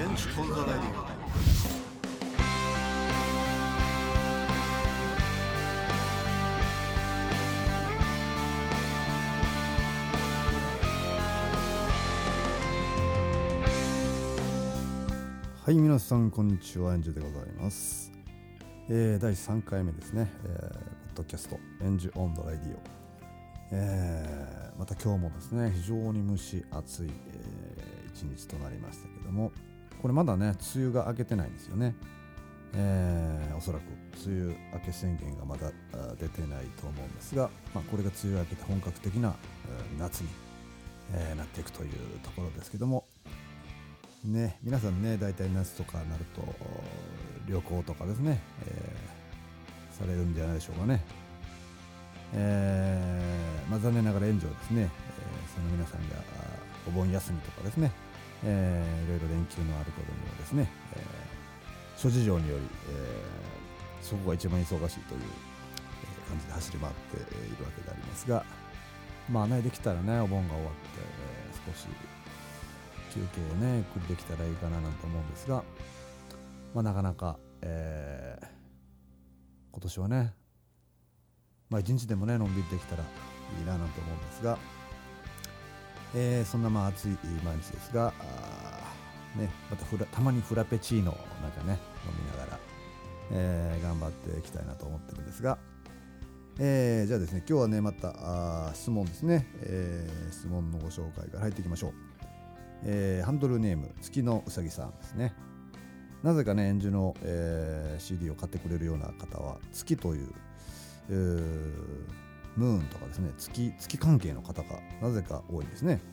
Bench on the radio。はい、皆さんこんにちは、エンジュでございます。第3回目ですね、ポッドキャストエンジュオンドラディオ。また今日もですね、非常に蒸し暑い、一日となりましたけども、これまだね梅雨が明けてないんですよね。おそらく梅雨明け宣言がまだ出てないと思うんですが、これが梅雨明けて本格的な夏に、なっていくというところですけどもね、皆さんね、大体夏とかになると旅行とかですね、されるんじゃないでしょうかね。残念ながら炎上ですね、その皆さんがお盆休みとかですね、いろいろ連休のあることにはですね、諸事情により、そこが一番忙しいという感じで走り回っているわけでありますが、できたらね、お盆が終わって、少し休憩をねゆっくりできたらいいかななんて思うんですが、なかなか、今年はね、一日でもねのんびりできたらいいななんて思うんですが、そんな暑い毎日ですが、またたまにフラペチーノなんかね飲みながら、頑張っていきたいなと思ってるんですが、じゃあですね、今日はねまた質問ですね、質問のご紹介から入っていきましょう。ハンドルネーム月のうさぎさんですね。なぜかねエンジュの、CD を買ってくれるような方は月という、ムーンとかですね、月関係の方がなぜか多いですね。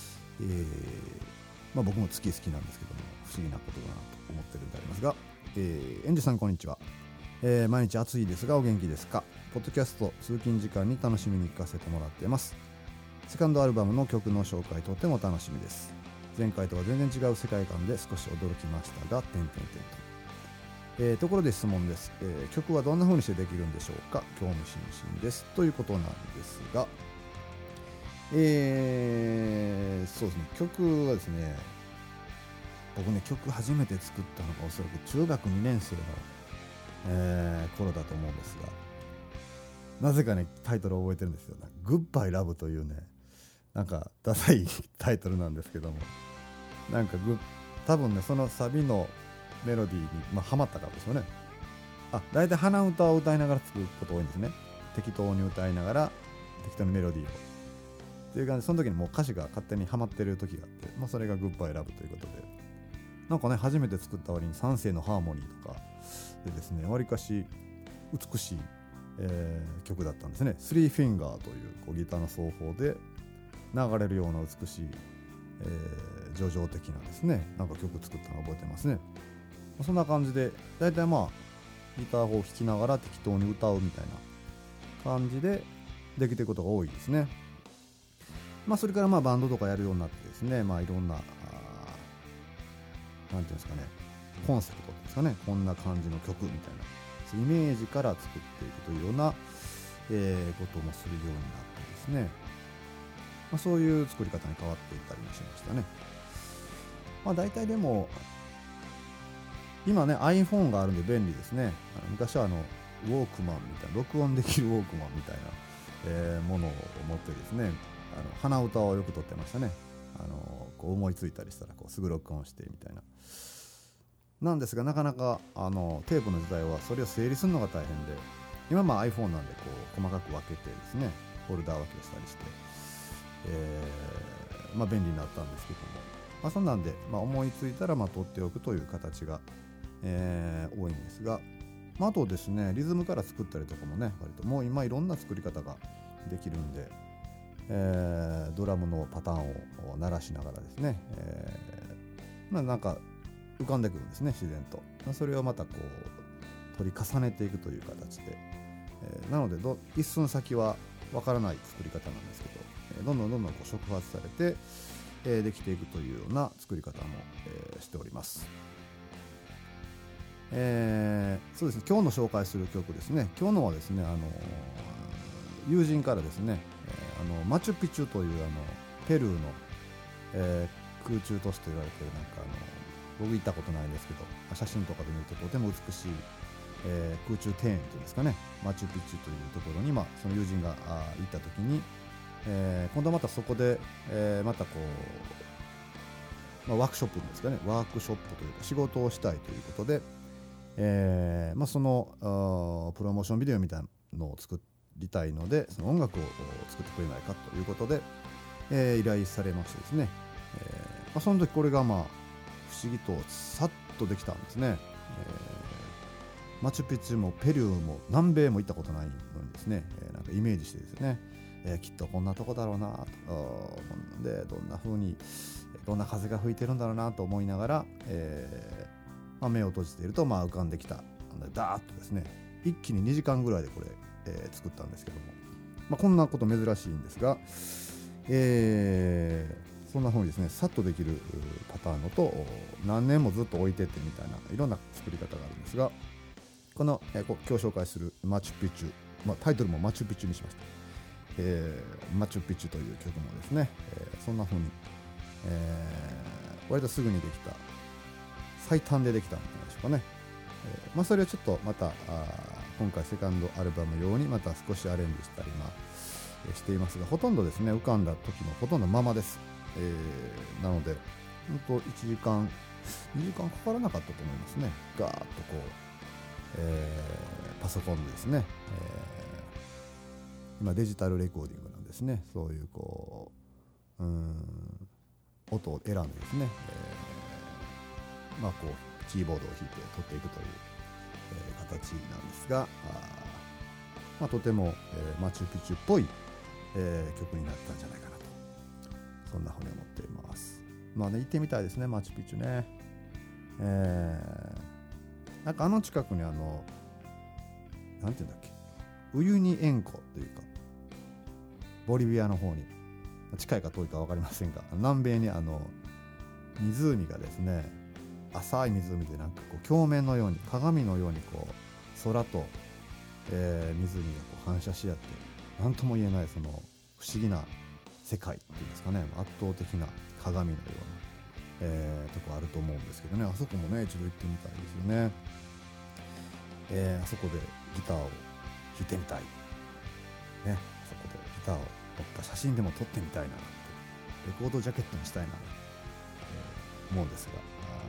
僕も月好きなんですけども、不思議なことだなと思ってるんでありますが、エンジュさんこんにちは。毎日暑いですがお元気ですか。ポッドキャスト通勤時間に楽しみに聞かせてもらっています。セカンドアルバムの曲の紹介とても楽しみです。前回とは全然違う世界観で少し驚きましたが、ところで質問です。曲はどんな風にしてできるんでしょうか。興味津々ですということなんですが、そうですね、曲はですね、僕ね曲初めて作ったのがおそらく中学2年生の、頃だと思うんですが、なぜかねタイトルを覚えてるんですよ。グッバイラブというね、なんかダサいタイトルなんですけども、なんか多分ねそのサビのメロディーにハマったからですよね。だいたい鼻歌を歌いながら作ること多いんですね。適当に歌いながら適当にメロディーをっていう感じで、その時にもう歌詞が勝手にハマってる時があって、それがグッバイラブということで、なんかね初めて作った割に3声のハーモニーとかでですね、わりかし美しい、曲だったんですね。スリーフィンガーというギターの奏法で流れるような美しい、叙情的なですね、なんか曲作ったのを覚えてますね。そんな感じでだいたいギターを弾きながら適当に歌うみたいな感じでできていることが多いですね。それからバンドとかやるようになってですね、いろんななんていうんですかね、コンセプトですかね、こんな感じの曲みたいなイメージから作っていくというような、こともするようになってですね、そういう作り方に変わっていったりもしましたね。大体でも今ね iPhone があるんで便利ですね。昔はウォークマンみたいな、録音できるウォークマンみたいな、ものを持ってですね、鼻歌をよく撮ってましたね。思いついたりしたらすぐ録音してみたいな。なんですが、なかなかテープの時代はそれを整理するのが大変で、今iPhone なんで細かく分けてですね、フォルダ分けしたりして、便利になったんですけども、そんなんで、思いついたら取っておくという形が、多いんですが、あとですね、リズムから作ったりとかもね、割ともう今いろんな作り方ができるんで、ドラムのパターンを鳴らしながらですね、なんか浮かんでくるんですね、自然と。それをまた取り重ねていくという形で、なので一寸先はわからない作り方なんですけど、どんどん触発されて、できていくというような作り方も、しております。そうですね、今日の紹介する曲ですね。今日のはですね、友人からですね、マチュピチュというペルーの、空中都市と言われている僕行ったことないんですけど、写真とかで見るととても美しい、空中庭園というんですかね、マチュピチュというところに、その友人が行った時に、今度またそこで、またこう、ワークショップですかね、ワークショップというか仕事をしたいということで、そのプロモーションビデオみたいなのを作りたいので、その音楽を作ってくれないかということで、依頼されましてですね、その時これが不思議とさっとできたんですね。マチュピチュもペルーも南米も行ったことないのにですね、なんかイメージしてですね、きっとこんなとこだろうなと、でどんな風にどんな風が吹いてるんだろうなと思いながら、目を閉じていると浮かんできたダーッとですね、一気に2時間ぐらいでこれ、作ったんですけども、こんなこと珍しいんですが、そんな風にですねさっとできるパターンのと、何年もずっと置いてってみたいないろんな作り方があるんですが、この、今日紹介するマチュピチュ、タイトルもマチュピチュにしました。マチュピチュという曲もですね、そんな風に、割とすぐにできた、最短でできたんじゃないでしょうかね。それをちょっとまた今回セカンドアルバム用にまた少しアレンジしたりしていますが、ほとんどですね浮かんだ時のほとんどままです。なので本当1時間2時間かからなかったと思いますね。ガーッとこう、パソコンでですね、今デジタルレコーディングなんですね。そういうこう音を選んでですね、こうキーボードを弾いて取っていくという、形なんですが、とても、マチュピチュっぽい、曲になったんじゃないかなと、そんなふうに思っています。行ってみたいですね、マチュピチュね。なんか近くになんていうんだっけ、ウユニ塩湖というか、ボリビアの方に近いか遠いか分かりませんが、南米に湖がですね、浅い湖でなんかこう鏡面のように鏡のようにこう空と、湖がこう反射し合って、何とも言えないその不思議な世界っていうんですかね、圧倒的な鏡のような、とこあると思うんですけどね、あそこもね一度行ってみたいですよね。あそこでギターを弾いてみたい、ね、あそこでギターを撮った写真でも撮ってみたいなって、レコードジャケットにしたいな、思うんですが、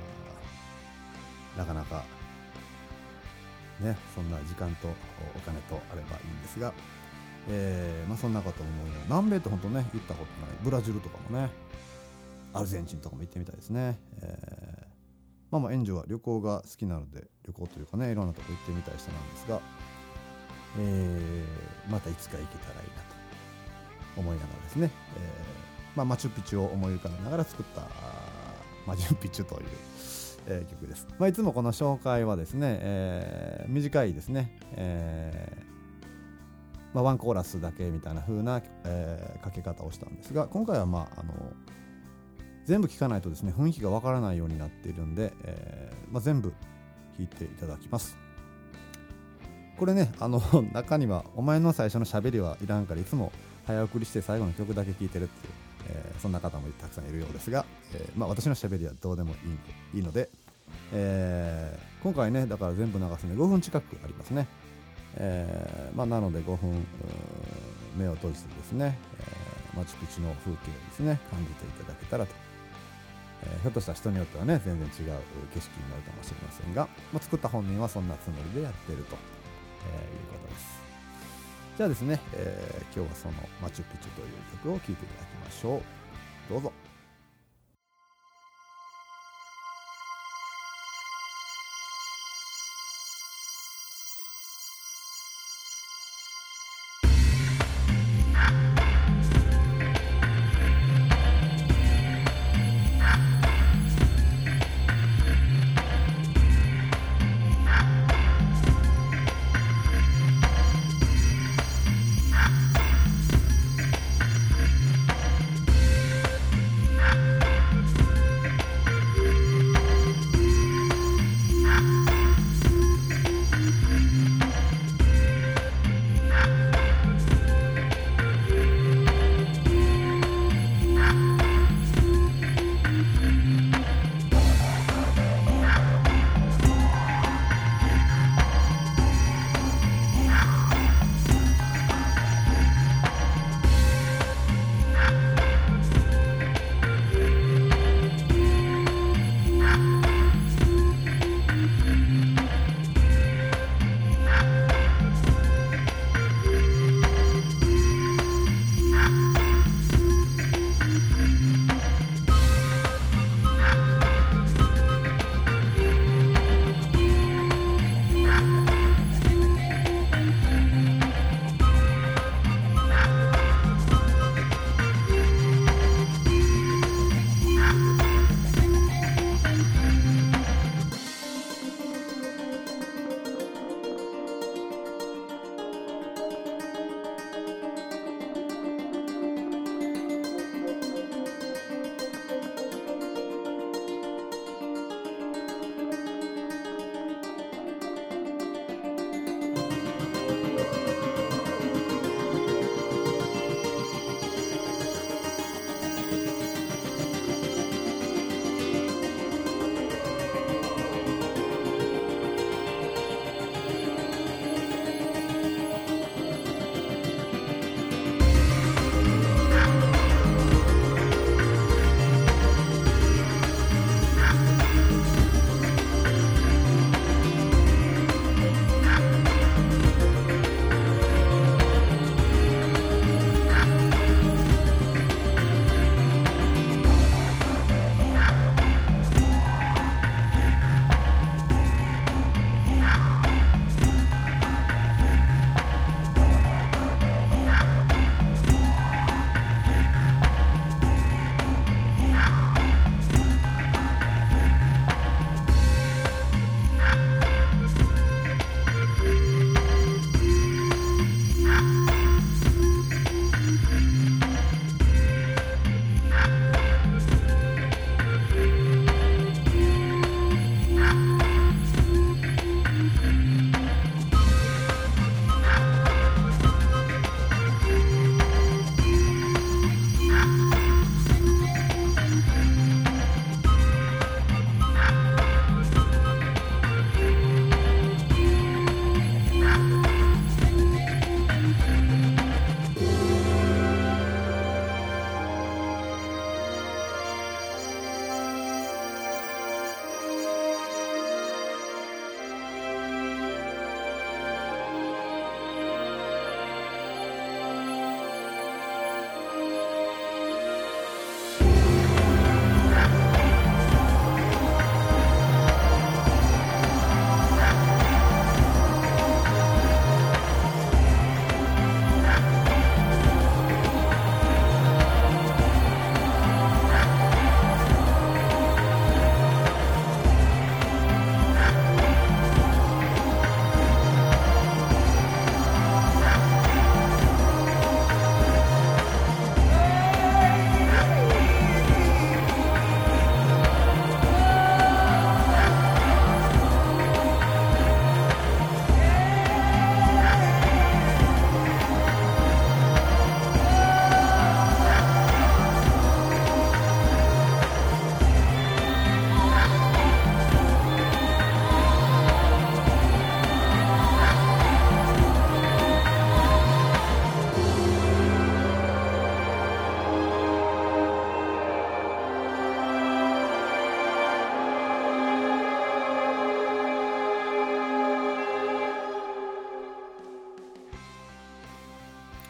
なかなかね、そんな時間とお金とあればいいんですが、そんなこと思うよ。南米って本当ね行ったことない、ブラジルとかもね、アルゼンチンとかも行ってみたいですね。エンジョは旅行が好きなので、旅行というかねいろんなとこ行ってみたい人なんですが、またいつか行けたらいいなと思いながらですね、マチュピチュを思い浮かべながら作ったマチュピチュという曲です。いつもこの紹介はですね、短いですね、ワンコーラスだけみたいな風な、かけ方をしたんですが、今回は全部聴かないとですね雰囲気がわからないようになっているんで、全部聴いていただきます。これね、中にはお前の最初の喋りはいらんからいつも早送りして最後の曲だけ聴いてるっていう、そんな方もたくさんいるようですが、私の喋りはどうでもいいので、今回ねだから全部流すね5分近くありますね。なので5分目を閉じてですね、マチュピチュの風景をですね感じていただけたらと、ひょっとしたら人によってはね全然違う景色になるかもしれませんが、作った本人はそんなつもりでやっていると、いうことです。じゃあですね、今日はそのマチュピチュという曲を聴いていただきましょう。どうぞ。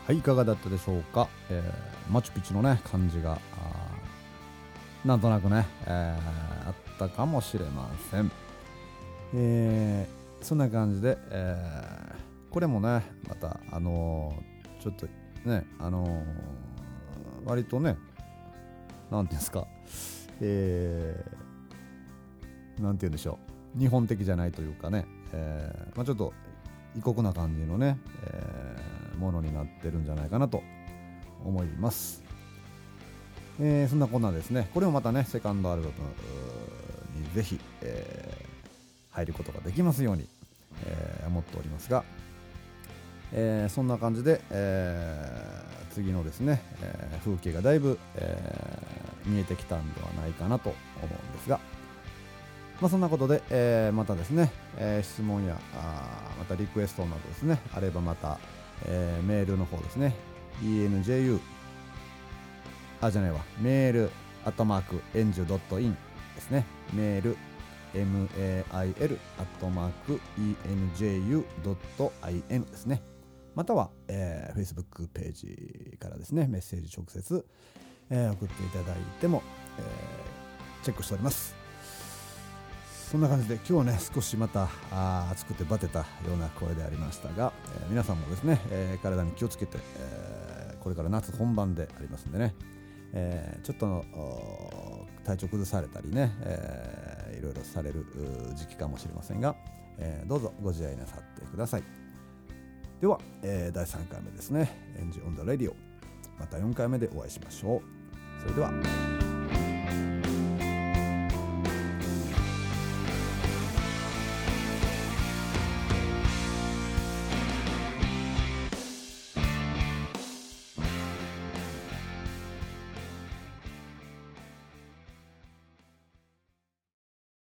はい、いかがだったでしょうか。マチュピチュのね感じがなんとなくね、あったかもしれません。そんな感じで、これもねまたちょっとね割とねなんていうんですか、なんていうんでしょう、日本的じゃないというかね、ちょっと異国な感じのね、ものになってるんじゃないかなと思います。そんなこんなですね、これもまたねセカンドアルバムにぜひ、入ることができますように、思っておりますが、そんな感じで、次のですね、風景がだいぶ、見えてきたんではないかなと思うんですが、そんなことで、またですね、質問やまたリクエストなどですねあればまた、メールの方ですね ENJU じゃないわメール@enju.in ですね、メール mail@enju.in ですね、または、Facebook ページからですねメッセージ直接、送っていただいても、チェックしております。そんな感じで今日はね少しまた暑くてバテたような声でありましたが、皆さんもですね、体に気をつけて、これから夏本番でありますんでね、ちょっと体調崩されたりね、いろいろされる時期かもしれませんが、どうぞご自愛なさってください。では、第3回目ですね、エンジョン・オン・ザ・レディオ、また4回目でお会いしましょう。それでは。